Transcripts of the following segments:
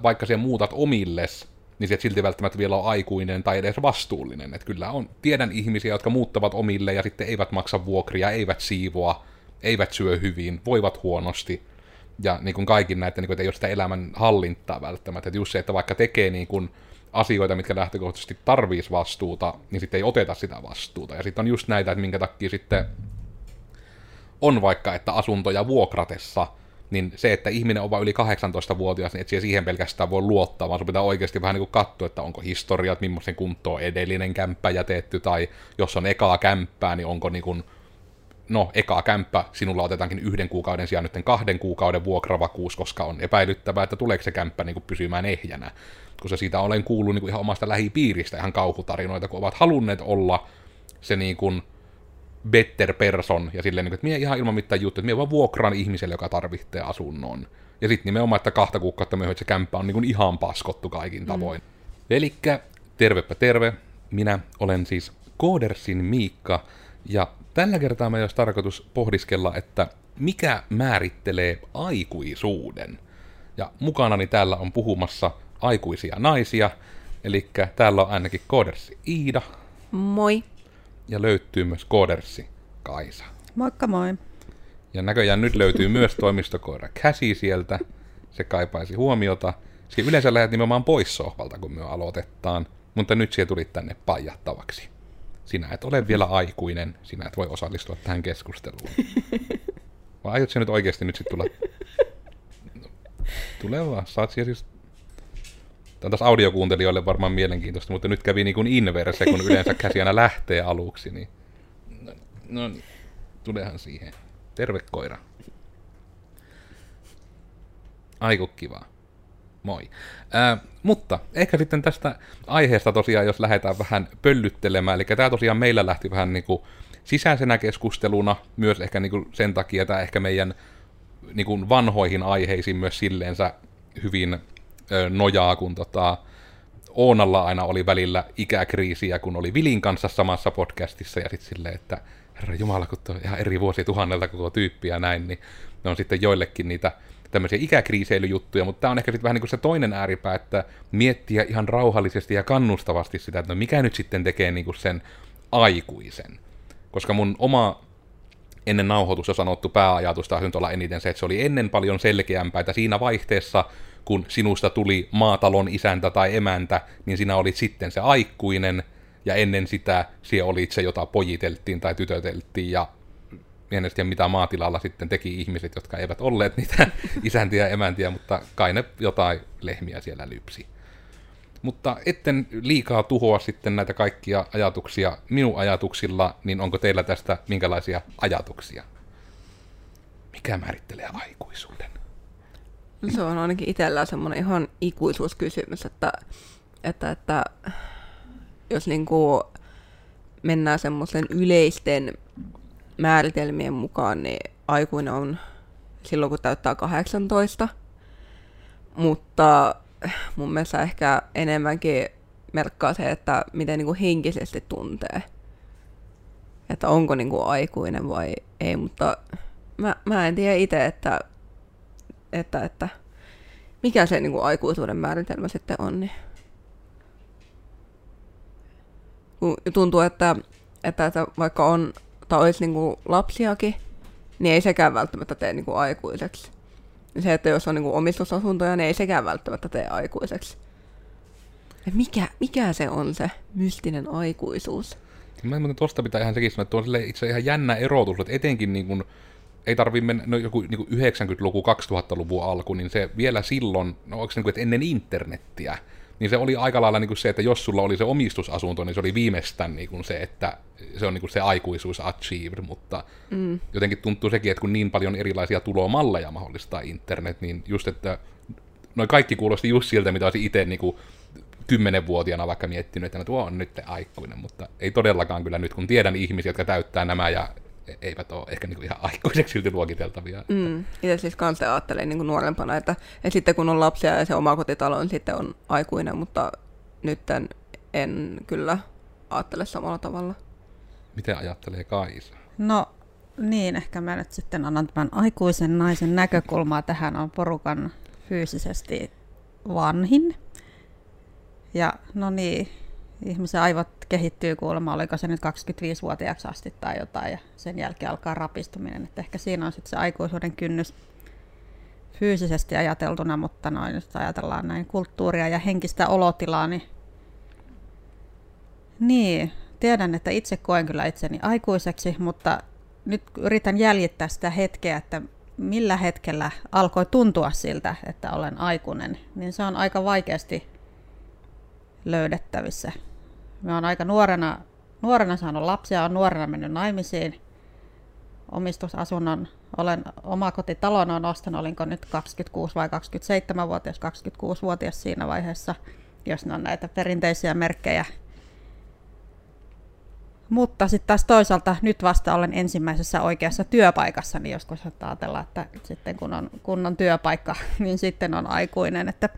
vaikka siellä muutat omilles, niin se silti välttämättä vielä on aikuinen tai edes vastuullinen. Että kyllä tiedän ihmisiä, jotka muuttavat omille ja sitten eivät maksa vuokria, eivät siivoa, eivät syö hyvin, voivat huonosti. Ja niin kuin kaikin näitä, niin kuin, että ei ole sitä elämän hallintaa välttämättä. Että just se, että vaikka tekee niin kuin asioita, mitkä lähtökohtaisesti tarvitsisi vastuuta, niin sitten ei oteta sitä vastuuta. Ja sitten on just näitä, että minkä takia sitten on vaikka, että asuntoja vuokratessa, niin se, että ihminen on vain yli 18-vuotias, niin et siihen pelkästään voi luottaa, vaan sun pitää oikeasti vähän niin kuin katsoa, että onko historia, että millaisen kuntoon edellinen kämppä jätetty, tai jos on ekaa kämppää, niin onko niin kuin, ekaa kämppä, sinulla otetaankin 1 kuukauden sijaan nyt 2 kuukauden vuokravakuus, koska on epäilyttävää, että tuleeko se kämppä niin kuin pysymään ehjänä. Koska siitä olen kuullut niin kuin ihan omasta lähipiiristä ihan kauhutarinoita, kun ovat halunneet olla se niin kuin better person, ja silleen, että minä ihan ilman mitään juttuja, että minä vaan vuokraan ihmiselle, joka tarvitsee asunnon. Ja sitten nimenomaan, että 2 kuukautta myöhemmin, että se kämppä on niin kuin ihan paskottu kaikin tavoin. Elikkä, tervepä terve, minä olen siis Koodersin Miikka, ja tällä kertaa meillä olisi tarkoitus pohdiskella, että mikä määrittelee aikuisuuden. Ja mukanani täällä on puhumassa aikuisia naisia, eli täällä on ainakin Koodersi Iida. Moi. Ja löytyy myös Koodersi Kaisa. Moikka moi. Ja näköjään nyt löytyy myös toimistokoira Käsi sieltä. Se kaipaisi huomiota. Siinä yleensä lähdet nimenomaan pois sohvalta, kun me aloitetaan. Mutta nyt siellä tulit tänne paijattavaksi. Sinä et ole vielä aikuinen. Sinä et voi osallistua tähän keskusteluun. Vai aiot sä nyt oikeasti nyt sitten tulla? No, tule vaan. Saat siellä siis... Tämä on taas audiokuuntelijoille varmaan mielenkiintoista, mutta nyt kävi niin kuin inverse, kun yleensä Käsi aina lähtee aluksi. Niin... No, tulehan siihen. Terve koira. Aiku kivaa. Moi. Mutta ehkä sitten tästä aiheesta tosiaan, jos lähdetään vähän pöllyttelemään, eli tämä tosiaan meillä lähti vähän niin kuin sisäisenä keskusteluna, myös ehkä niin kuin sen takia tämä ehkä meidän niin kuin vanhoihin aiheisiin myös silleensä hyvin nojaa, kun Oonalla aina oli välillä ikäkriisiä, kun oli Vilin kanssa samassa podcastissa, ja sitten silleen, että herra jumala, kun on ihan eri vuosituhannelta koko tyyppi ja näin, niin ne on sitten joillekin niitä tämmöisiä ikäkriiseilyjuttuja, mutta tämä on ehkä sitten vähän niin kuin se toinen ääripää, että miettiä ihan rauhallisesti ja kannustavasti sitä, että no mikä nyt sitten tekee niin kuin sen aikuisen. Koska mun oma ennen nauhoitusta sanottu pääajatus taas nyt olla eniten se, että se oli ennen paljon selkeämpää, että siinä vaihteessa, kun sinusta tuli maatalon isäntä tai emäntä, niin sinä olit sitten se aikuinen, ja ennen sitä sinä olit se, jota pojiteltiin tai tytöteltiin, ja en tiedä mitä maatilalla sitten teki ihmiset, jotka eivät olleet niitä isäntiä ja emäntiä, mutta kai ne jotain lehmiä siellä lypsi. Mutta etten liikaa tuhoa sitten näitä kaikkia ajatuksia minun ajatuksilla, niin onko teillä tästä minkälaisia ajatuksia? Mikä määrittelee aikuisuuden? Se on ainakin itsellään semmoinen ihan ikuisuuskysymys, että jos niinku mennään semmoisen yleisten määritelmien mukaan, niin aikuinen on silloin, kun täyttää 18, mutta mun mielestä ehkä enemmänkin merkkaa se, että miten niinku henkisesti tuntee. Että onko niinku aikuinen vai ei, mutta mä en tiedä itse, että mikä se niinku aikuisuuden määritelmä sitten on. Niin. Kun tuntuu, että vaikka on tai olisi niinku lapsiakin, niin ei sekään välttämättä tee niinku aikuiseksi. Se, että jos on niinku omistusasuntoja, niin ei sekään välttämättä tee aikuiseksi. Et mikä se on se mystinen aikuisuus? Mä en muuten tosta pitää ihan sekin sanoa, että on itse ihan jännä erotus, että etenkin niin kun, ei tarvitse mennä joku niin 90-luku, 2000-luvun alku, niin se vielä silloin, no onko se niin kuin, että ennen internettiä, niin se oli aika lailla niin kuin se, että jos sulla oli se omistusasunto, niin se oli viimeistään niin kuin se, että se on niin kuin se aikuisuus achieved, mutta jotenkin tuntuu sekin, että kun niin paljon erilaisia tulomalleja mahdollistaa internet, niin just, että noi kaikki kuulosti just siltä, mitä olisi itse niin kuin 10-vuotiaana vaikka miettinyt, että tuo on nyt aikuinen, mutta ei todellakaan kyllä nyt, kun tiedän ihmisiä, jotka täyttää nämä ja eivät ole ehkä niinku ihan aikuiseksi silti luokiteltavia. Itse siis kanssa ajattelen niinku nuorempana, että sitten kun on lapsia ja se oma kotitalo, niin sitten on aikuinen, mutta nyt en kyllä ajattele samalla tavalla. Miten ajattelee Kaisa? No niin, ehkä mä nyt sitten annan tämän aikuisen naisen näkökulmaa tähän on porukan fyysisesti vanhin. Ja no niin, ihmisen aivot kehittyy kuulemma, oliko se nyt 25-vuotiaaksi asti tai jotain, ja sen jälkeen alkaa rapistuminen. Että ehkä siinä on sitten se aikuisuuden kynnys fyysisesti ajateltuna, mutta noin, jos ajatellaan näin kulttuuria ja henkistä olotilaa, niin tiedän, että itse koen kyllä itseni aikuiseksi, mutta nyt yritän jäljittää sitä hetkeä, että millä hetkellä alkoi tuntua siltä, että olen aikuinen, niin se on aika vaikeasti löydettävissä. Mä oon aika nuorena saanut lapsia, olen nuorena mennyt naimisiin, omistusasunnon, olen omakotitalon on ostanut, olinko nyt 26 vai 27-vuotias, 26-vuotias siinä vaiheessa, jos ne on näitä perinteisiä merkkejä. Mutta sitten taas toisaalta nyt vasta olen ensimmäisessä oikeassa työpaikassa, niin joskus ajatellaan, että sitten kun on kunnon työpaikka, niin sitten on aikuinen, että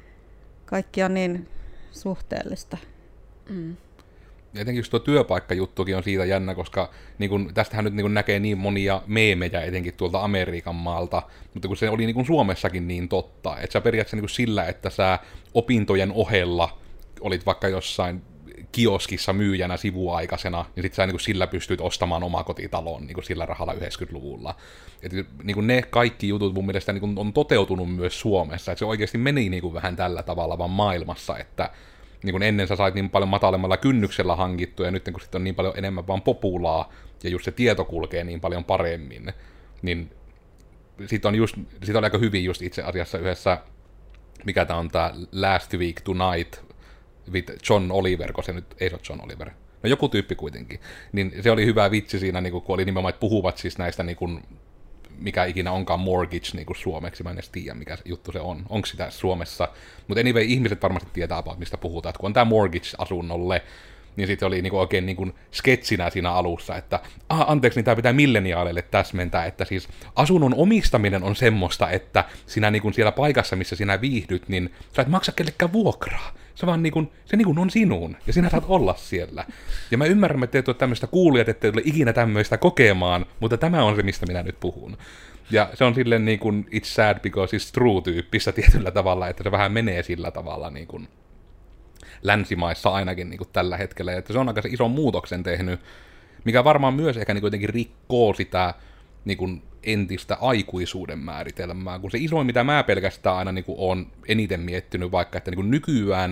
kaikki on niin suhteellista. Mm. Ja etenkin just tuo työpaikkajuttukin on siitä jännä, koska niin kun, tästähän nyt niin kun näkee niin monia meemejä etenkin tuolta Amerikan maalta, mutta kun se oli niin kun Suomessakin niin totta, että sä periaatteessa niin kun sillä, että sä opintojen ohella olit vaikka jossain kioskissa myyjänä sivuaikaisena, niin sit sä niin kun sillä pystyt ostamaan omakotitalon niin kun sillä rahalla 90-luvulla. Et niin kun ne kaikki jutut mun mielestä niin kun on toteutunut myös Suomessa, että se oikeasti meni niin kun vähän tällä tavalla vaan maailmassa, että niin kun ennen sä sait niin paljon matalemmalla kynnyksellä hankittua, ja nyt kun sitten on niin paljon enemmän vaan populaa, ja just se tieto kulkee niin paljon paremmin, niin sit oli aika hyvin just itse asiassa yhdessä, mikä tää on tää Last Week Tonight with John Oliver, kun se nyt ei ole John Oliver, no joku tyyppi kuitenkin, niin se oli hyvä vitsi siinä, niin kun oli nimenomaan, että puhuvat siis näistä niin kun, mikä ikinä onkaan mortgage niin kuin suomeksi, mä en edes tiedä mikä juttu se on, onko sitä Suomessa, mutta anyway, ihmiset varmasti tietää about, mistä puhutaan, että kun on tämä mortgage-asunnolle, niin sitten oli niinku oikein niinku sketsinä siinä alussa, että anteeksi, niin tämä pitää milleniaaleille täsmentää, että siis asunnon omistaminen on semmoista, että sinä niinku siellä paikassa, missä sinä viihdyt, niin sä et maksa kellekään vuokraa. Se vaan se on sinun, ja sinä saat olla siellä. Ja mä ymmärrän, että te olette tämmöistä kuulijat, että ei tule ikinä tämmöistä kokemaan, mutta tämä on se, mistä minä nyt puhun. Ja se on silleen niin kuin it's sad because it's true-tyyppistä tietyllä tavalla, että se vähän menee sillä tavalla niin kuin länsimaissa ainakin niin kuin tällä hetkellä, että se on aika se ison muutoksen tehnyt, mikä varmaan myös ehkä niin jotenkin rikkoo sitä niin kuin entistä aikuisuuden määritelmää, kun se isoin, mitä mä pelkästään aina niin kuin olen eniten miettinyt, vaikka että niin kuin nykyään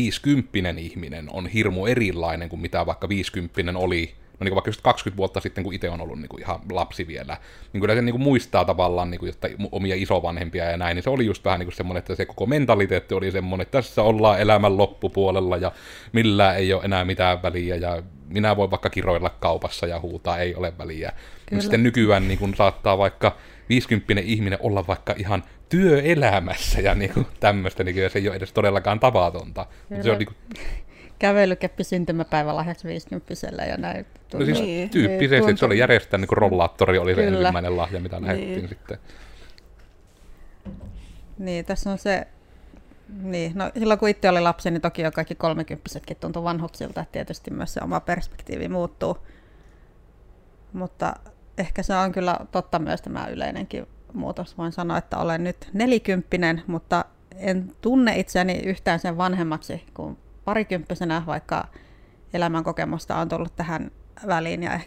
50 ihminen on hirmu erilainen kuin mitä vaikka 50 oli, no niin kuin vaikka just 20 vuotta sitten, kun itse on ollut niin kuin ihan lapsi vielä, niin kyllä se niin kuin muistaa tavallaan niin kuin, että omia isovanhempia ja näin, niin se oli just vähän niin kuin semmoinen, että se koko mentaliteetti oli semmoinen, että tässä ollaan elämän loppupuolella ja millään ei ole enää mitään väliä ja minä voin vaikka kiroilla kaupassa ja huutaa, ei ole väliä. Mutta sitten nykyään niin kuin saattaa vaikka 50 ihminen olla vaikka ihan työelämässä ja niin kuin tämmöistä, niin se ei ole edes todellakaan tavatonta. Se on niin kuin kävelykeppi syntymäpäivälahjaksi 50 ja näin. No siis Niin. tyyppisesti, että se oli järjestää niin kuin rollaattori, oli se Kyllä. ensimmäinen lahja, mitä lähdettiin Niin. sitten. Niin, tässä on se, niin, no silloin kun itse oli lapsi, niin toki jo kaikki 30-setkin tuntui vanhuksilta, että tietysti myös se oma perspektiivi muuttuu. Mutta ehkä se on kyllä totta myös tämä yleinenkin muutos. Voin sanoa, että olen nyt 40, mutta en tunne itseäni yhtään sen vanhemmaksi kuin parikymppisenä, vaikka elämänkokemusta on tullut tähän väliin ja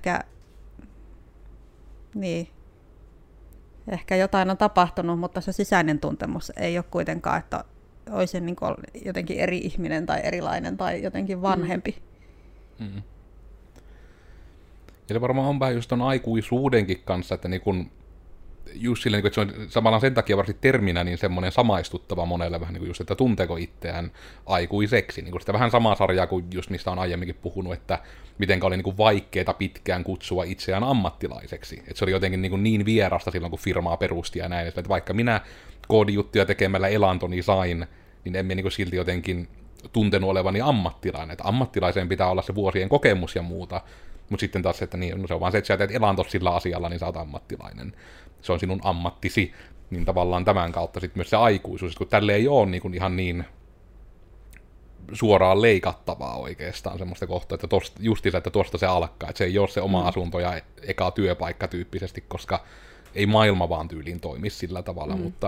ehkä jotain on tapahtunut, mutta se sisäinen tuntemus ei ole kuitenkaan, että olisin niin kuin jotenkin eri ihminen tai erilainen tai jotenkin vanhempi. Mm. Ja se varmaan on vähän just ton aikuisuudenkin kanssa, että niin kun, just silleen, että se on samalla sen takia varsin terminä niin semmoinen samaistuttava monelle vähän niin kuin just, että tunteeko itseään aikuiseksi. Niin kuin sitä vähän samaa sarjaa kuin just mistä on aiemminkin puhunut, että mitenkä oli niin kuin vaikeaa pitkään kutsua itseään ammattilaiseksi. Että se oli jotenkin niin vierasta silloin, kun firmaa perusti ja näin. Että vaikka minä koodijuttuja tekemällä elantoni sain, niin emme niin kuin silti jotenkin tuntenut olevani ammattilainen. Että ammattilaiseen pitää olla se vuosien kokemus ja muuta. Mutta sitten taas, että niin, no se on vaan se, että sä teet elantos sillä asialla, niin sä oot ammattilainen. Se on sinun ammattisi. Niin tavallaan tämän kautta sitten myös se aikuisuus, kun tälle ei ole niin kuin ihan niin suoraan leikattavaa oikeastaan semmoista kohtaa, että justiinsa, että tuosta se alkaa, että se ei ole se oma asunto ja eka työpaikka tyyppisesti, koska ei maailma vaan tyyliin toimi sillä tavalla, mutta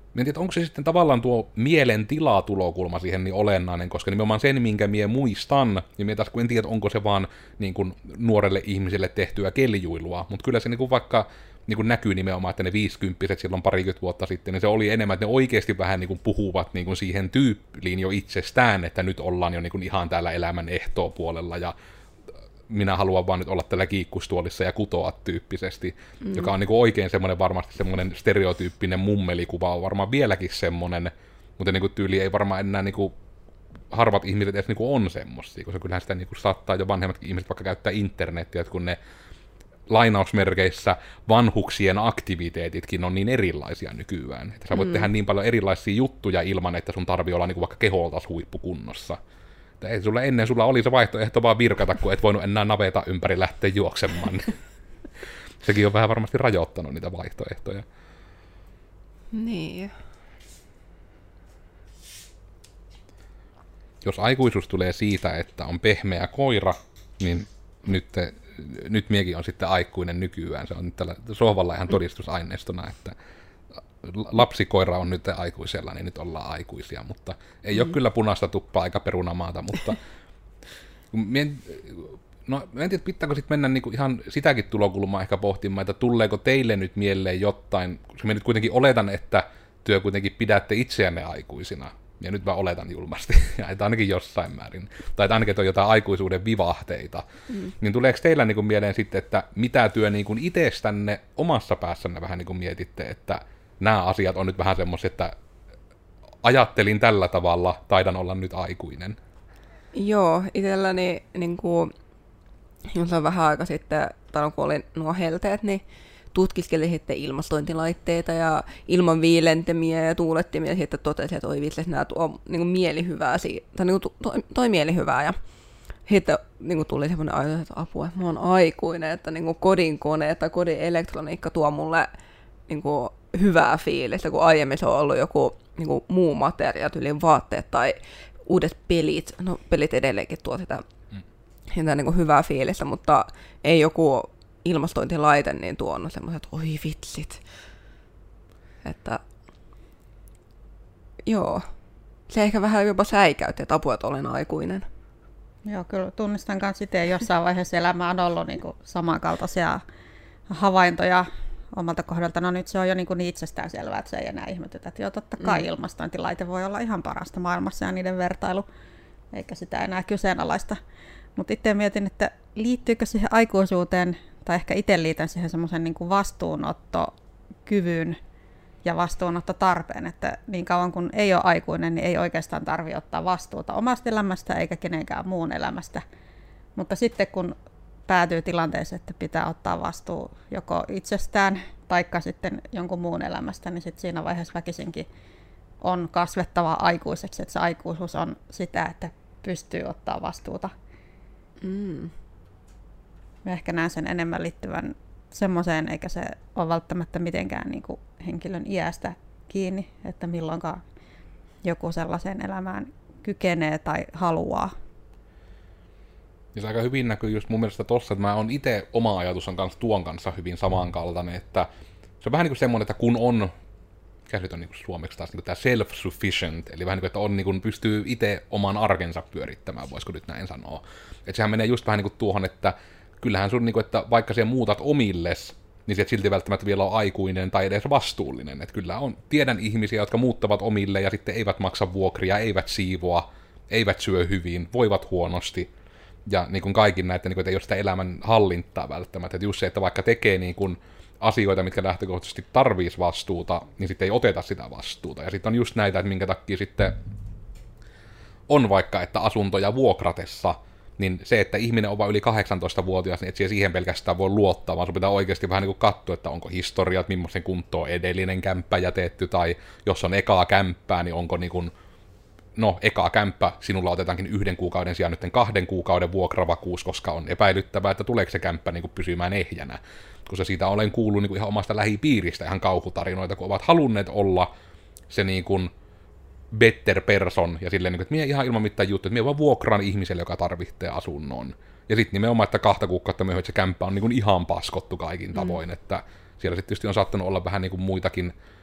en tiedä, onko se sitten tavallaan tuo mielentilatulokulma siihen niin olennainen, koska nimenomaan sen, minkä mie muistan, niin mie taas kun en tiedä, onko se vaan niin kuin nuorelle ihmiselle tehtyä keljuilua, mutta kyllä se niin kuin vaikka niin kuin näkyy nimenomaan, että ne 50-vuotiaat silloin parikymmentä vuotta sitten, niin se oli enemmän, että ne oikeasti vähän niin kuin puhuvat niin kuin siihen tyyppiin jo itsestään, että nyt ollaan jo niin kuin ihan täällä elämän ehtoopuolella, ja minä haluan vaan nyt olla tällä kiikkustuolissa ja kutoa tyyppisesti, joka on niin kuin oikein semmoinen varmasti semmoinen stereotyyppinen mummelikuva, on varmaan vieläkin semmoinen, mutta niin kuin tyyli ei varmaan enää niin kuin harvat ihmiset edes niin kuin on semmoisia, koska kyllähän sitä niin kuin saattaa jo vanhemmatkin ihmiset vaikka käyttää internetiä, että kun ne lainausmerkeissä vanhuksien aktiviteetitkin on niin erilaisia nykyään, että sä voit tehdä niin paljon erilaisia juttuja ilman, että sun tarvii olla niin kuin vaikka keholtas huippukunnossa. Ei sulla ennen sulla oli se vaihtoehto vaan virkata, kun et voinut enää naveta ympäri lähteä juoksemaan. Sekin on vähän varmasti rajoittanut niitä vaihtoehtoja. Niin. Jos aikuisuus tulee siitä, että on pehmeä koira, niin nyt miekin on sitten aikuinen nykyään. Se on nyt tällä sohvalla ihan todistusaineistona, että lapsikoira on nyt aikuisella, niin nyt ollaan aikuisia, mutta ei ole kyllä punaista tuppaa eikä perunamaata, mutta mä en tiedä, pitääkö sitten mennä niinku ihan sitäkin tulokulmaa ehkä pohtimaan, että tuleeko teille nyt mieleen jotain, koska mä nyt kuitenkin oletan, että työ kuitenkin pidätte itseänne aikuisina, ja nyt mä oletan julmasti, ja että ainakin jossain määrin, tai että ainakin on jotain aikuisuuden vivahteita, niin tuleeko teillä niinku mieleen sitten, että mitä työ niinku itsestänne omassa päässänne vähän niinku mietitte, että nämä asiat on nyt vähän semmoisia, että ajattelin tällä tavalla, taidan olla nyt aikuinen. Joo, itselläni niin kuin, jos on vähän aika sitten, tai kun olin nuo helteet, niin tutkiskelin sitten ilmastointilaitteita ja ilman viilentemiä ja tuulettimia, ja sitten totesin, että oi vitsi, että nämä tuo niin kuin mielihyvää, tai niin kuin toi mielihyvää, ja sitten niin tuli semmoinen ajatus, että apua, että mä oon aikuinen, että niin kuin kodin kone tai kodin elektroniikka tuo mulle niin kuin hyvää fiilistä, kun aiemmin se on ollut joku niin kuin muu materia, tyyliin vaatteet tai uudet pelit. No pelit edelleenkin tuo sitä niin kuin hyvää fiilistä, mutta ei joku ilmastointilaite niin tuonut semmoiset, oi vitsit. Että joo, se ehkä vähän jopa säikäytti, että apua, että olen aikuinen. Joo, kyllä tunnistan myös itse jossain vaiheessa elämää on ollut niin kuin samankaltaisia havaintoja omalta kohdalta. No nyt se on jo niin itsestään selvää, että se ei enää ihmetytä. Että joo, totta kai ilmastointilaite voi olla ihan parasta maailmassa ja niiden vertailu, eikä sitä enää kyseenalaista. Mutta itse mietin, että liittyykö siihen aikuisuuteen, tai ehkä itse liitän siihen semmoisen niin kuin vastuunottokyvyn ja vastuunottotarpeen, että niin kauan kun ei ole aikuinen, niin ei oikeastaan tarvitse ottaa vastuuta omasta elämästä eikä kenenkään muun elämästä. Mutta sitten kun päätyy tilanteeseen, että pitää ottaa vastuu joko itsestään taikka sitten jonkun muun elämästä, niin sitten siinä vaiheessa väkisinkin on kasvettava aikuiseksi, että se aikuisuus on sitä, että pystyy ottaa vastuuta. Mä ehkä näen sen enemmän liittyvän semmoiseen, eikä se ole välttämättä mitenkään niin kuin henkilön iästä kiinni, että milloinkaan joku sellaiseen elämään kykenee tai haluaa. Ja se aika hyvin näkyy just mun mielestä tossa, että mä oon itse oma ajatus on kanssa tuon kanssa hyvin samankaltainen, että se on vähän niin kuin semmoinen, että kun on, mikä nyt on niin kuin suomeksi taas, niin kuin tämä self-sufficient, eli vähän niin kuin, että on, niin kuin, pystyy itse oman arkensa pyörittämään, voisiko nyt näin sanoa. Että sehän menee just vähän niin kuin tuohon, että kyllähän sun, niin kuin, että vaikka siellä muutat omilles, niin sieltä silti välttämättä vielä on aikuinen tai edes vastuullinen. Että kyllä on, tiedän ihmisiä, jotka muuttavat omille ja sitten eivät maksa vuokria, eivät siivoa, eivät syö hyvin, voivat huonosti. Ja niin kuin kaikin näitä, niin kuin, että ei ole sitä elämän hallintaa välttämättä. Että just se, että vaikka tekee niin kuin asioita, mitkä lähtökohtaisesti tarvitsisi vastuuta, niin sitten ei oteta sitä vastuuta. Ja sitten on just näitä, että minkä takia sitten on vaikka, että asuntoja vuokratessa, niin se, että ihminen on vain yli 18-vuotias, niin et siihen pelkästään voi luottaa, vaan sun pitää oikeasti vähän niin kuin katsoa, että onko historiat, millaisen kuntoon edellinen kämppä jätetty, tai jos on ekaa kämppää, niin onko niin kuin, no, ekaa kämppä, sinulla otetaankin 1 kuukauden sijaan nyt 2 kuukauden vuokravakuus, koska on epäilyttävää, että tuleeko se kämppä niin kuin pysymään ehjänä. Koska siitä olen kuullut niin kuin ihan omasta lähipiiristä ihan kauhutarinoita, kun ovat halunneet olla se niin kuin better person, ja silleen, että minä ihan ilman mitään juttu, että minä vaan vuokraan ihmiselle, joka tarvitsee asunnon. Ja sitten nimenomaan, että 2 kuukautta myöhemmin, että se kämppä on niin kuin ihan paskottu kaikin tavoin, että siellä sitten tietysti on saattanut olla vähän niin kuin muitakin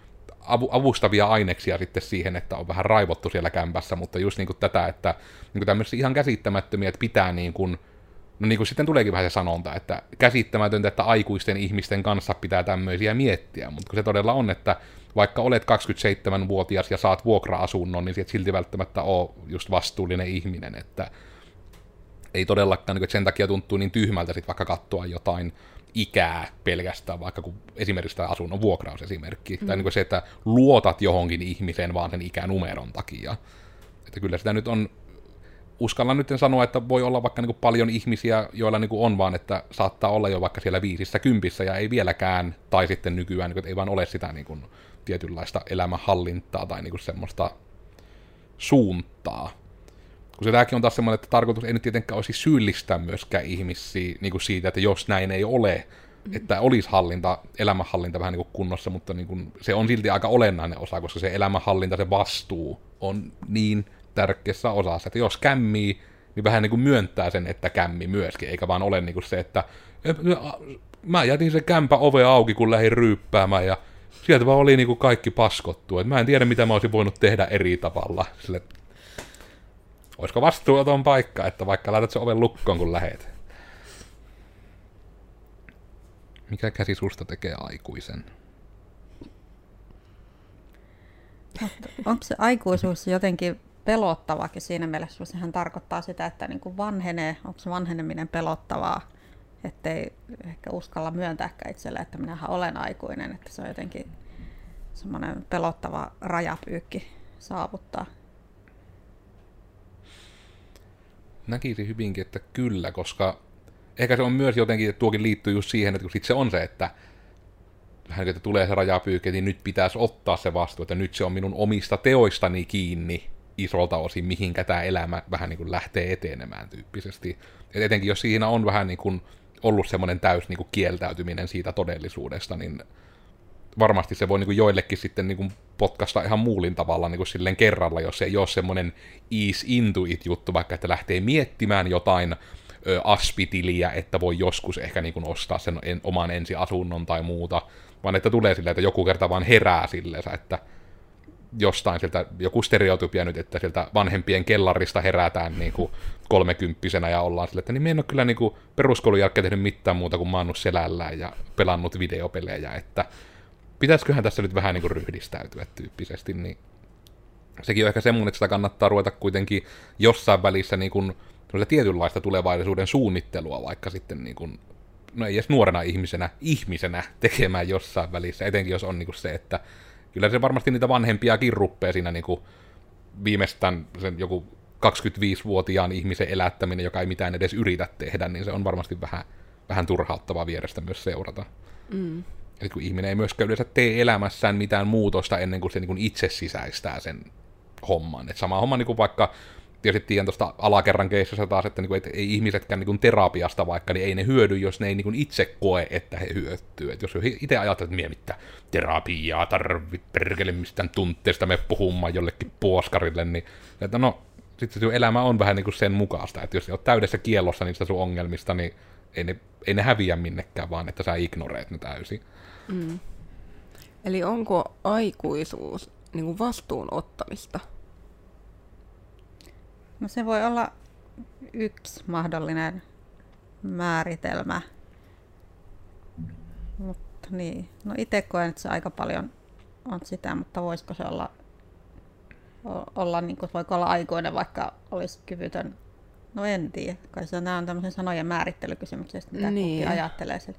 avustavia aineksia sitten siihen, että on vähän raivottu siellä kämpässä, mutta just niin kuin tätä, että niin kuin tämmöisiä ihan käsittämättömiä, että pitää niin kuin, no niin kuin sitten tuleekin vähän se sanonta, että käsittämätöntä, että aikuisten ihmisten kanssa pitää tämmöisiä miettiä, mutta kun se todella on, että vaikka olet 27-vuotias ja saat vuokra-asunnon, niin et silti välttämättä ole just vastuullinen ihminen, että ei todellakaan, niin että sen takia tuntuu niin tyhmältä sit vaikka katsoa jotain ikää pelkästään, vaikka kun esimerkiksi tämä asunnon vuokrausesimerkki, tai niin kuin se, että luotat johonkin ihmiseen vaan sen ikänumeron takia. Että kyllä sitä nyt on, uskallan nyt sanoa, että voi olla vaikka niin kuin paljon ihmisiä, joilla niin kuin on vaan, että saattaa olla jo vaikka siellä 50 ja ei vieläkään, tai sitten nykyään, niin kuin, että ei vaan ole sitä niin kuin tietynlaista elämänhallintaa tai niin kuin semmoista suuntaa. Kun se tämäkin on taas semmoinen, että tarkoitus ei nyt tietenkään olisi syyllistää myöskään ihmisiä niin kuin siitä, että jos näin ei ole, että olisi elämänhallinta vähän niin kuin kunnossa, mutta niin kuin se on silti aika olennainen osa, koska se elämänhallinta, se vastuu on niin tärkeässä osassa, että jos kämmii, niin vähän niin kuin myöntää sen, että kämmi myöskin, eikä vaan ole niin kuin se, että mä jätin se kämpä ove auki, kun lähdin ryyppäämään, ja sieltä vaan oli niin kuin kaikki paskottu, että mä en tiedä, mitä mä olisin voinut tehdä eri tavalla. Sille, olisiko vastuuton paikka, että vaikka laitat sen oven lukkoon, kun lähet? Mikä käsi susta tekee aikuisen? Onko se aikuisuus jotenkin pelottavakin siinä mielessä, kun sehän tarkoittaa sitä, että niin kuin vanhenee, onko se vanheneminen pelottavaa, ettei ehkä uskalla myöntääkään itselle, että minähän olen aikuinen, että se on jotenkin semmoinen pelottava rajapyykki saavuttaa. Näkisin hyvinkin, että kyllä, koska ehkä se on myös jotenkin, että tuokin liittyy just siihen, että kun sit se on se, että vähän että tulee se rajapyykki, niin nyt pitäisi ottaa se vastuu, että nyt se on minun omista teoistani kiinni isolta osin, mihinkä tämä elämä vähän niin kuin lähtee etenemään tyyppisesti. Et etenkin jos siinä on vähän niin kuin ollut semmoinen täys niin kuin kieltäytyminen siitä todellisuudesta, niin varmasti se voi niin kuin joillekin sitten niin kuin potkasta ihan muulin tavalla niin kuin silleen kerralla, jos se ei ole semmoinen ease into it juttu, vaikka että lähtee miettimään jotain aspitiliä, että voi joskus ehkä niin kuin ostaa sen oman ensiasunnon tai muuta, vaan että tulee silleen, että joku kerta vaan herää silleensä, että jostain sieltä, joku stereotypia nyt, että sieltä vanhempien kellarista herätään niin kuin 30-vuotiaana ja ollaan silleen, että niin me en ole kyllä niin kuin peruskoulun jälkeen tehnyt mitään muuta kuin maannut selällään ja pelannut videopelejä, että pitäisiköhän tässä nyt vähän niin kuin ryhdistäytyä tyyppisesti, niin sekin on ehkä semmoinen, että sitä kannattaa ruveta kuitenkin jossain välissä niin kuin tietynlaista tulevaisuuden suunnittelua, vaikka sitten niin kuin, no ei edes nuorena ihmisenä tekemään jossain välissä, etenkin jos on niin kuin se, että kyllä se varmasti niitä vanhempiakin ruppee siinä niin kuin viimeistään sen joku 25-vuotiaan ihmisen elättäminen, joka ei mitään edes yritä tehdä, niin se on varmasti vähän turhauttavaa vierestä myös seurata. Eli kun ihminen ei myöskään yleensä tee elämässään mitään muutosta ennen kuin se niin kuin itse sisäistää sen homman. Et sama homma niin kuin vaikka, tietysti tiedän tuosta alakerran keissassa taas, että, niin kuin, että ei ihmisetkään niin kuin terapiasta vaikka, niin ei ne hyödy, jos ne ei niin kuin itse koe, että he hyötyy. Et jos itse ajattelet, että mitä terapiaa perkele mistään tunteesta me puhumaan jollekin puoskarille, niin että no, sitten se elämä on vähän niin kuin sen mukaista, että jos olet täydessä kiellossa niistä sun ongelmista, niin ei ne häviä minnekään, vaan että sä ignoreet ne täysin. Eli onko aikuisuus niin kuin vastuun ottamista? No se voi olla yksi mahdollinen määritelmä. Mutta niin. No itse koen, että se aika paljon on sitä, mutta voisiko se olla niin kuin, voiko olla aikuinen, vaikka olisi kyvytön? No en tiedä. Kai se on, nämä on tämmöisen sanojen määrittelykysymyksestä, mitä kukin ajattelee sen.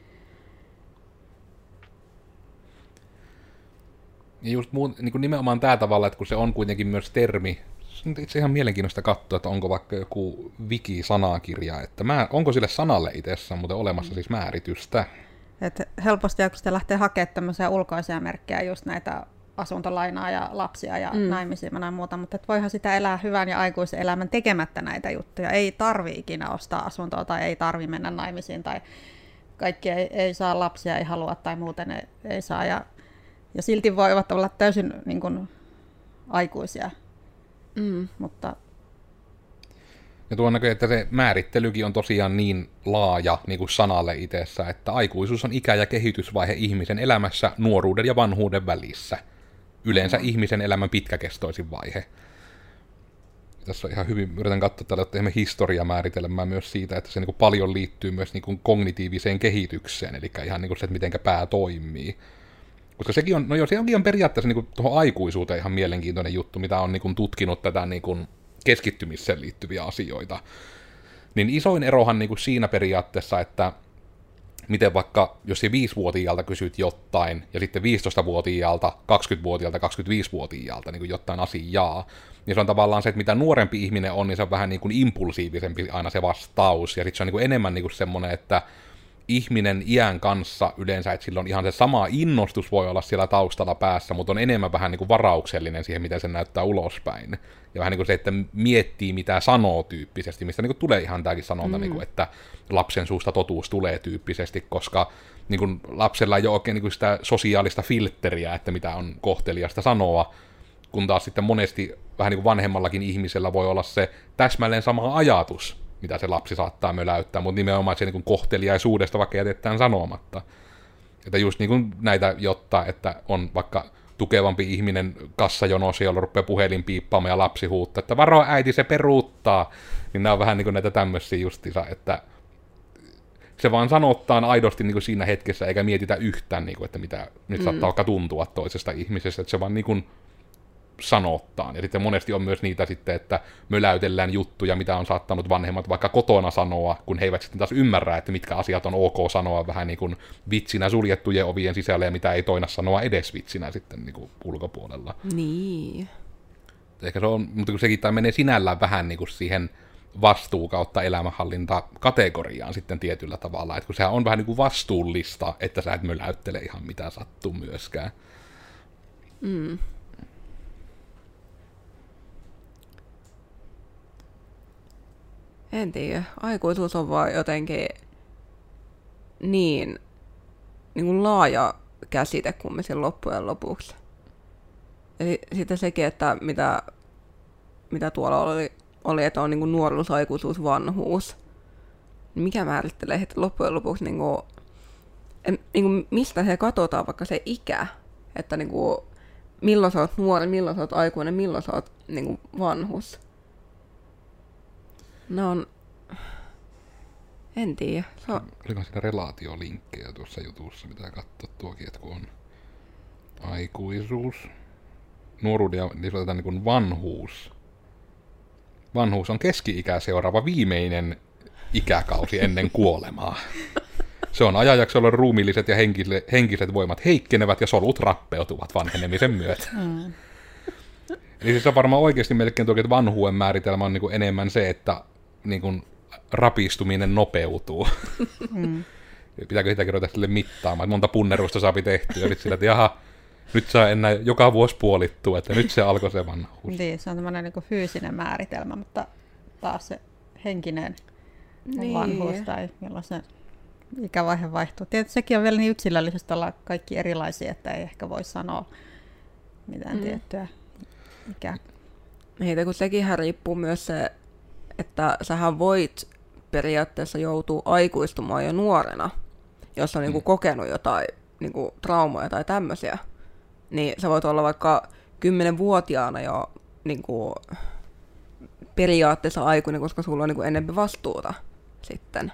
Ja just niin kuin nimenomaan tämä tavalla, että kun se on kuitenkin myös termi, se on itse ihan mielenkiintoista katsoa, että onko vaikka joku wiki-sanakirja, että onko sille sanalle itsessään muuten olemassa siis määritystä. Et helposti kun sitä lähtee hakemaan tämmöisiä ulkoisia merkkejä, just näitä asuntolainaa ja lapsia ja naimisia ja muuta, mutta voihan sitä elää hyvän ja aikuisen elämän tekemättä näitä juttuja. Ei tarvi ikinä ostaa asuntoa tai ei tarvi mennä naimisiin tai kaikki ei saa lapsia, ei halua tai muuten ei saa. Ja silti voivat olla täysin niin kuin, aikuisia. Mutta ja tuon näkö, että se määrittelykin on tosiaan niin laaja niin kuin sanalle itsessä, että aikuisuus on ikä- ja kehitysvaihe ihmisen elämässä nuoruuden ja vanhuuden välissä. yleensä ihmisen elämän pitkäkestoisin vaihe. Tässä on ihan hyvin, yritän katsoa täällä, että teemme historiamääritelmää myös siitä, että se niin kuin paljon liittyy myös niin kuin kognitiiviseen kehitykseen, eli ihan niin kuin se, että miten pää toimii. Koska sekin on, sekin on periaatteessa niin kuin tuohon aikuisuuteen ihan mielenkiintoinen juttu, mitä on niin kuin tutkinut tätä niin kuin keskittymiseen liittyviä asioita. Niin isoin erohan niin kuin siinä periaatteessa, että miten vaikka, jos 5-vuotiaalta kysyt jotain, ja sitten 15-vuotiaalta, 20-vuotiaalta, 25-vuotiaalta niin kuin jotain asiaa, niin se on tavallaan se, että mitä nuorempi ihminen on, niin se on vähän niin kuin impulsiivisempi aina se vastaus, ja sitten se on niin kuin enemmän niin kuin semmoinen, että ihminen iän kanssa yleensä, että silloin ihan se sama innostus voi olla siellä taustalla päässä, mutta on enemmän vähän niin kuin varauksellinen siihen, miten se näyttää ulospäin. Ja vähän niin kuin se, että miettii, mitä sanoo tyyppisesti, mistä niin kuin tulee ihan tämäkin sanonta, niin kuin, että lapsen suusta totuus tulee tyyppisesti, koska niin kuin lapsella ei ole oikein niin kuin sitä sosiaalista filtteriä, että mitä on kohteliasta sanoa, kun taas sitten monesti vähän niin kuin vanhemmallakin ihmisellä voi olla se täsmälleen sama ajatus, mitä se lapsi saattaa möläyttää, mutta nimenomaan se niin kuin kohteliaisuudesta vaikka jätetään sanomatta. Että just niin kuin näitä jotta, että on vaikka tukevampi ihminen kassajonossa, jolla rupeaa puhelin piippaamaan ja lapsi huuttaa, että varo äiti, se peruuttaa. Niin nämä on vähän niin kuin näitä tämmöisiä justiinsa, että se vaan sanotaan aidosti niin kuin siinä hetkessä, eikä mietitä yhtään, niin kuin, että mitä nyt saattaa vaikka tuntua toisesta ihmisestä, että se vaan niin kuin sanottaan. Ja sitten monesti on myös niitä sitten, että möläytellään juttuja, mitä on saattanut vanhemmat vaikka kotona sanoa, kun he eivät sitten taas ymmärrä, että mitkä asiat on ok sanoa vähän niin kuin vitsinä suljettujen ovien sisällä, ja mitä ei toina sanoa edes vitsinä sitten niin kuin ulkopuolella. Niin. Ehkä se on, mutta kun sekin menee sinällään vähän niin kuin siihen vastuu kautta elämänhallinta-kategoriaan sitten tietyllä tavalla, että kun sehän on vähän niin kuin vastuullista, että sä et möläyttele ihan mitä sattuu myöskään. Mm. En tiedä. Aikuisuus on vaan jotenkin niin kuin laaja käsite kumminkin loppujen lopuksi. Ja sitten sekin, että mitä tuolla oli, että on niin kuin nuoruus, aikuisuus, vanhuus. Mikä määrittelee sitten loppujen lopuksi, niin kuin, mistä se katsotaan vaikka se ikä. Että niin kuin, milloin sä oot nuori, milloin sä oot aikuinen, milloin sä oot niin kuin vanhus. No, en tiedä. Oliko siinä relaatiolinkkejä tuossa jutussa, mitä katsoa tuokin, että kun on aikuisuus, nuoruuden ja niin sanotaan niin kuin vanhuus. Vanhuus on keski-ikää seuraava viimeinen ikäkausi ennen kuolemaa. Se on ajanjakso, jolloin ruumiilliset ja henkiset voimat heikkenevät ja solut rappeutuvat vanhenemisen myötä. Eli siis on varmaan oikeasti melkein tuokin, että vanhuuden määritelmä on niin kuin enemmän se, että niin kuin rapistuminen nopeutuu. Pitääkö sitäkin ruveta sille mittaamaan, että monta punnerusta saapi tehtyä, ja sillä, että jaha, nyt saa enää joka vuosi puolittua, että nyt se alkoi se vanhuus. Niin, se on tämmöinen niin kuin fyysinen määritelmä, mutta taas se henkinen vanhuus tai milloin se ikävaihe vaihtuu. Tietysti sekin on vielä niin yksilöllisesti olla kaikki erilaisia, että ei ehkä voi sanoa mitään tiettyä ikää. Heitä, kun sekinhän riippuu myös se, että sähän voit periaatteessa joutua aikuistumaan jo nuorena, jos on niinku kokenut jotain niinku traumoja tai tämmöisiä. Niin sä voit olla vaikka 10-vuotiaana jo niinku periaatteessa aikuinen, koska sulla on niinku enemmän vastuuta sitten.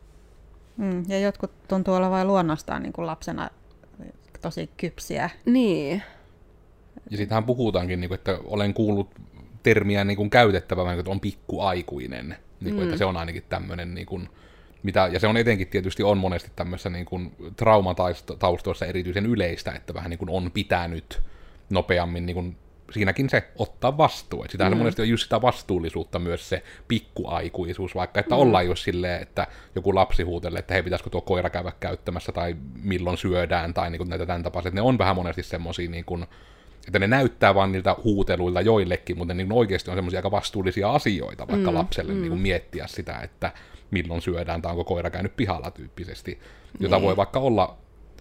Ja jotkut tuntuu olevan luonnostaan niin kuin lapsena tosi kypsiä. Niin. Ja siitähän puhutaankin, että olen kuullut termiä käytettävän, että on pikkuaikuinen. Että se on ainakin tämmöinen, ja se on etenkin tietysti on monesti tämmöisessä traumataustoissa erityisen yleistä, että vähän on pitänyt nopeammin siinäkin se ottaa vastuu. Sitähän se monesti on just sitä vastuullisuutta myös se pikkuaikuisuus, vaikka että ollaan just silleen, että joku lapsi huutelee, että hei, pitäisikö tuo koira käydä käyttämässä, tai milloin syödään, tai näitä tämän tapaiset. Ne on vähän monesti semmosia, että ne näyttää vaan niiltä huuteluilta joillekin, mutta ne oikeasti on semmosia aika vastuullisia asioita, vaikka lapselle miettiä sitä, että milloin syödään, tai onko koira käynyt pihalla tyyppisesti, jota voi vaikka olla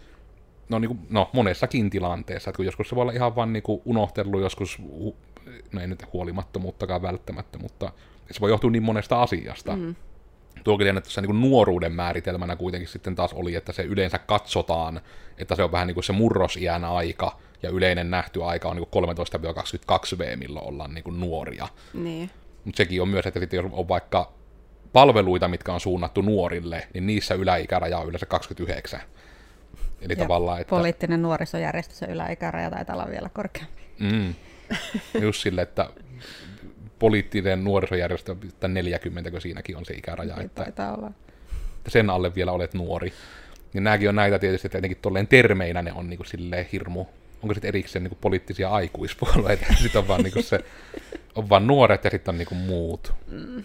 monessakin tilanteessa, että kun joskus se voi olla ihan vaan unohtellut, joskus, no ei nyt huolimattomuuttakaan välttämättä, mutta se voi johtua niin monesta asiasta. Tuokin lienee tuossa niin nuoruuden määritelmänä kuitenkin sitten taas oli, että se yleensä katsotaan, että se on vähän niin kuin se murrosiän aika, ja yleinen nähty aika on niin 13-22V, milloin ollaan niin kuin nuoria. Niin. Mutta sekin on myös, että sitten jos on vaikka palveluita, mitkä on suunnattu nuorille, niin niissä yläikäraja on yleensä 29. Eli ja tavallaan, että... poliittinen nuorisojärjestö, se yläikäraja taitaa olla vielä korkeampi. Just sille, että poliittinen nuorisojärjestö, että 40, siinäkin on se ikäraja, että sen alle vielä olet nuori. Ja nämäkin on näitä tietysti, että etenkin tolleen termeinä ne on niinku silleen hirmu. Onko sitten erikseen niinku poliittisia aikuispuolueita? Sitten on vaan niinku se, on vaan nuoret ja sitten on niinku muut.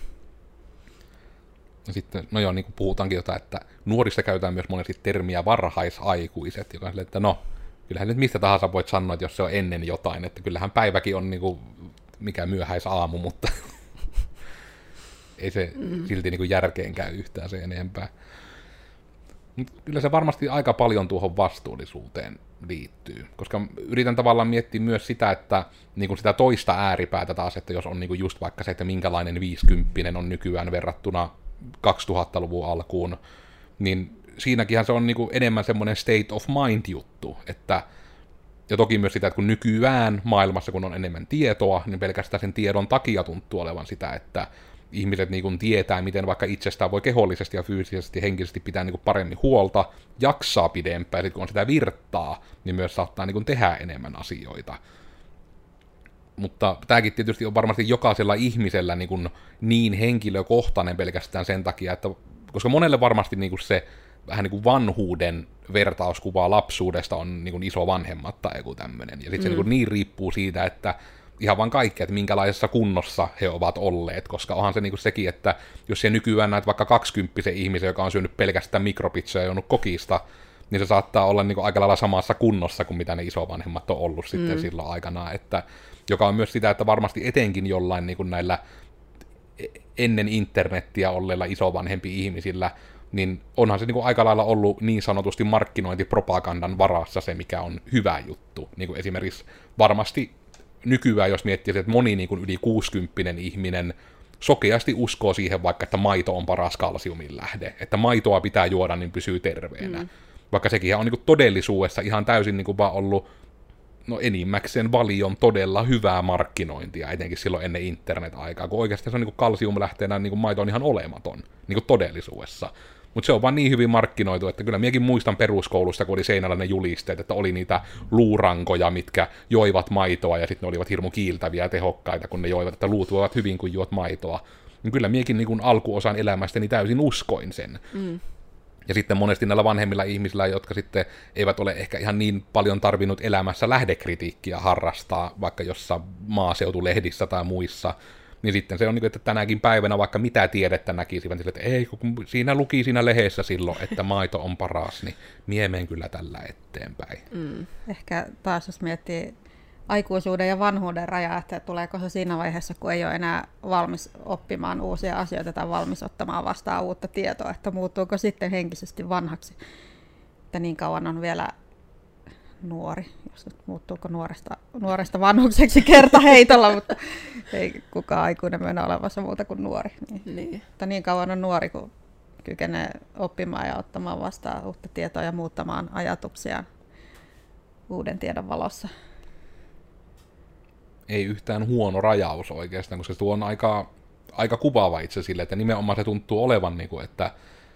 Ja sitten, no joo, niin kuin puhutaankin jotain, että nuorista käytetään myös monesti termiä varhaisaikuiset, joka on silleen, että no, kyllähän nyt mistä tahansa voit sanoa, että jos se on ennen jotain, että kyllähän päiväkin on niinku mikä myöhäisaamu, mutta ei se silti niinku järkeen käy yhtään se enempää. Mut kyllä se varmasti aika paljon tuohon vastuullisuuteen liittyy, koska yritän tavallaan miettiä myös sitä, että niin kuin sitä toista ääripäätä taas, että jos on niin kuin just vaikka se, että minkälainen 50 on nykyään verrattuna 2000-luvun alkuun, niin siinäkinhän se on niin kuin enemmän semmoinen state of mind-juttu, että ja toki myös sitä, että kun nykyään maailmassa, kun on enemmän tietoa, niin pelkästään sen tiedon takia tuntuu olevan sitä, että ihmiset niin kuin tietää, miten vaikka itsestään voi kehollisesti ja fyysisesti ja henkisesti pitää niin kuin paremmin huolta, jaksaa pidempään, ja sitten kun on sitä virtaa, niin myös saattaa niin kuin tehdä enemmän asioita. Mutta tämäkin tietysti on varmasti jokaisella ihmisellä niin henkilökohtainen pelkästään sen takia, että koska monelle varmasti niin kuin se vähän niin kuin vanhuuden vertauskuva lapsuudesta on niin kuin isovanhemmat tai joku tämmöinen. Ja sitten se niin riippuu siitä, että ihan vaan kaikki, että minkälaisessa kunnossa he ovat olleet, koska onhan se niin kuin sekin, että jos se nykyään näet vaikka 20 ihmisen, joka on syönyt pelkästään mikropizzoja ja juonut kokista, niin se saattaa olla niin kuin aika lailla samassa kunnossa kuin mitä ne isovanhemmat on ollut sitten silloin aikanaan, että joka on myös sitä, että varmasti etenkin jollain niin kuin näillä ennen internettiä olleilla isovanhempi ihmisillä, niin onhan se niin kuin aika lailla ollut niin sanotusti markkinointipropagandan varassa se, mikä on hyvä juttu. Niin kuin esimerkiksi varmasti nykyään, jos miettii, että moni niin kuin yli 60 ihminen sokeasti uskoo siihen vaikka, että maito on paras kalsiumin lähde, että maitoa pitää juoda, niin pysyy terveenä. Vaikka sekin on niin kuin todellisuudessa ihan täysin niin kuin vaan ollut enimmäkseen Valion todella hyvää markkinointia, etenkin silloin ennen internet-aikaa, kun oikeasti se on niin kuin kalsiumlähteenä, niin kuin maito on ihan olematon niin kuin todellisuudessa. Mutta se on vaan niin hyvin markkinoitu, että kyllä minäkin muistan peruskoulusta, kun oli seinällä ne julisteet, että oli niitä luurankoja, mitkä joivat maitoa, ja sitten ne olivat hirmu kiiltäviä ja tehokkaita, kun ne joivat, että luut voivat hyvin, kun juot maitoa. Niin kyllä minäkin niin kuin alkuosan elämästäni täysin uskoin sen. Ja sitten monesti näillä vanhemmilla ihmisillä, jotka sitten eivät ole ehkä ihan niin paljon tarvinnut elämässä lähdekritiikkiä harrastaa, vaikka jossain maaseutulehdissä tai muissa, niin sitten se on niin kuin, että tänäkin päivänä vaikka mitä tiedettä näkisivät, että ei, kun siinä luki siinä lehdessä silloin, että maito on paras, niin mie menen kyllä tällä eteenpäin. Ehkä taas jos miettii aikuisuuden ja vanhuuden rajaa, että tuleeko se siinä vaiheessa, kun ei ole enää valmis oppimaan uusia asioita tai valmis ottamaan vastaan uutta tietoa, että muuttuuko sitten henkisesti vanhaksi, että niin kauan on vielä nuori, jos muuttuuko nuoresta vanhukseksi kertaheitolla, mutta ei kukaan aikuinen mennä olevassa muuta kuin nuori. Niin. Mutta niin kauan on nuori, kun kykenee oppimaan ja ottamaan vastaan uutta tietoa ja muuttamaan ajatuksiaan uuden tiedon valossa. Ei yhtään huono rajaus oikeastaan, koska se tuo on aika kuvaava itse sille, että nimenomaan se tuntuu olevan, niin kuin, että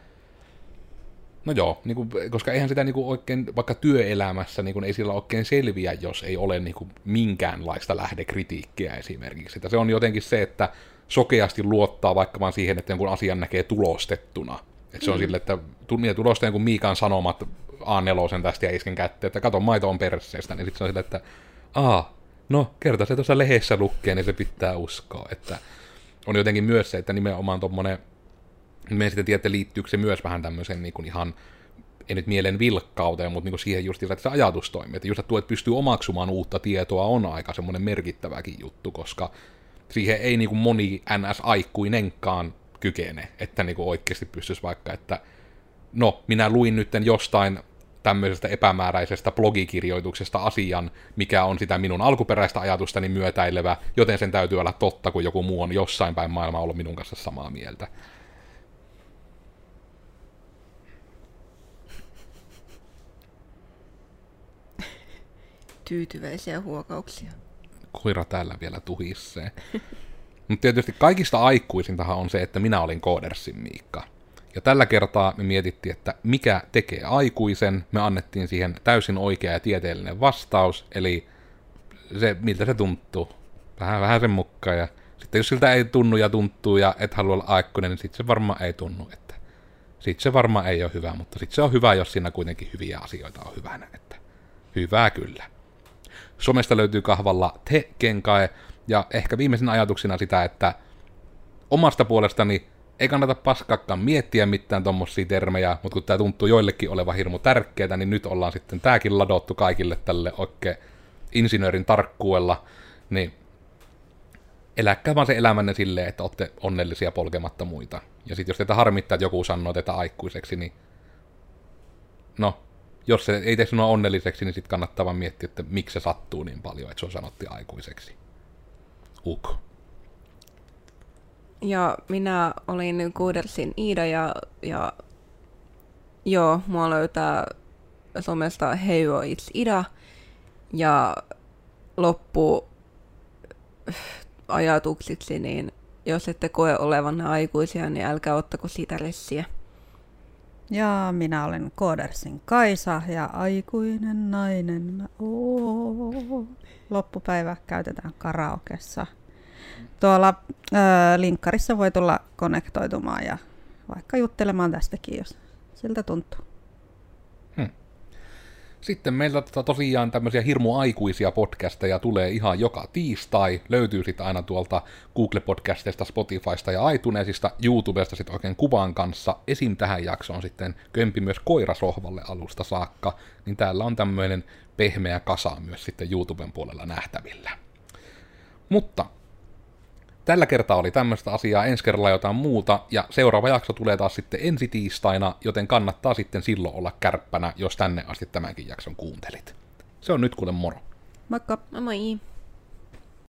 no joo, niin kuin, koska eihän sitä niin kuin oikein, vaikka työelämässä niin kuin, ei sillä oikein selviä, jos ei ole niin kuin, minkäänlaista lähdekritiikkiä esimerkiksi. Että se on jotenkin se, että sokeasti luottaa vaikka vaan siihen, että jonkun asian näkee tulostettuna. Että se on sille, että minä tulostan jonkun Miikan sanomat A4 tästä ja isken kätteen, että kato, maito on perseestä, niin sitten se on sille, että no, kerta se tuossa lehdessä lukee, niin se pitää uskoa. Että on jotenkin myös se, että nimenomaan tommonen, me sitten tiedä, että liittyykö se myös vähän tämmöiseen niin kuin ihan, ei nyt mielen vilkkauteen, mutta niin kuin siihen just, että se ajatus toimii. Että just, että tuo, että pystyy omaksumaan uutta tietoa, on aika semmoinen merkittäväkin juttu, koska siihen ei niin kuin moni NS-aikuinenkaan kykene, että niin kuin oikeasti pystyisi vaikka, että no, minä luin nyt jostain tämmöisestä epämääräisestä blogikirjoituksesta asian, mikä on sitä minun alkuperäistä ajatustani myötäilevä, joten sen täytyy olla totta, kun joku muu on jossain päin maailmaa ollut minun kanssa samaa mieltä. Tyytyväisiä huokauksia. Koira täällä vielä tuhissee. Mutta tietysti kaikista aikuisintahan on se, että minä olin Koodersin Miikka. Ja tällä kertaa me mietittiin, että mikä tekee aikuisen. Me annettiin siihen täysin oikea ja tieteellinen vastaus, eli se, miltä se tuntuu. Vähän sen mukaan. Ja sitten jos siltä ei tunnu ja tuntuu ja et halua olla aikuinen, niin sitten se varmaan ei tunnu. Sitten se varmaan ei ole hyvä, mutta sitten se on hyvä, jos siinä kuitenkin hyviä asioita on hyvänä. Että hyvää kyllä. Somesta löytyy kahvalla Te Kenkae, ja ehkä viimeisenä ajatuksena sitä, että omasta puolestani ei kannata paskaakaan miettiä mitään tommosia termejä, mutta kun tää tuntuu joillekin olevan hirmu tärkeää, niin nyt ollaan sitten tääkin ladottu kaikille tälle oikein insinöörin tarkkuudella, niin eläkää vaan se elämänne silleen, että olette onnellisia polkematta muita. Ja sitten jos teitä harmittaa, että joku sanoo teitä aikuiseksi, niin no, jos se ei tee sinua onnelliseksi, niin sitten kannattaa vaan miettiä, että miksi se sattuu niin paljon, että se on sanottu aikuiseksi. Ja minä olin Koodersin Iida ja joo, mua löytää somesta Heivo It's Ida ja loppu ajatuksiksi, niin jos ette koe olevanne aikuisia, niin älkää ottako siitä ressiä. Ja minä olen Koodersin Kaisa ja aikuinen nainen mä oon. Loppupäivä käytetään karaokessa. Tuolla linkkarissa voi tulla konnektoitumaan ja vaikka juttelemaan tästäkin, jos siltä tuntuu. Sitten meiltä tosiaan tämmöisiä hirmu aikuisia podcasteja tulee ihan joka tiistai. Löytyy sitten aina tuolta Google-podcasteista, Spotifysta ja iTunesista, YouTubesta sitten oikein kuvan kanssa. Esim. Tähän jaksoon sitten kömpi myös koirasohvalle alusta saakka, niin täällä on tämmöinen pehmeä kasa myös sitten YouTuben puolella nähtävillä. Mutta tällä kertaa oli tämmöistä asiaa, ensi kerralla jotain muuta, ja seuraava jakso tulee taas sitten ensi tiistaina, joten kannattaa sitten silloin olla kärppänä, jos tänne asti tämänkin jakson kuuntelit. Se on nyt kuule moro. Moikka! Moi moi!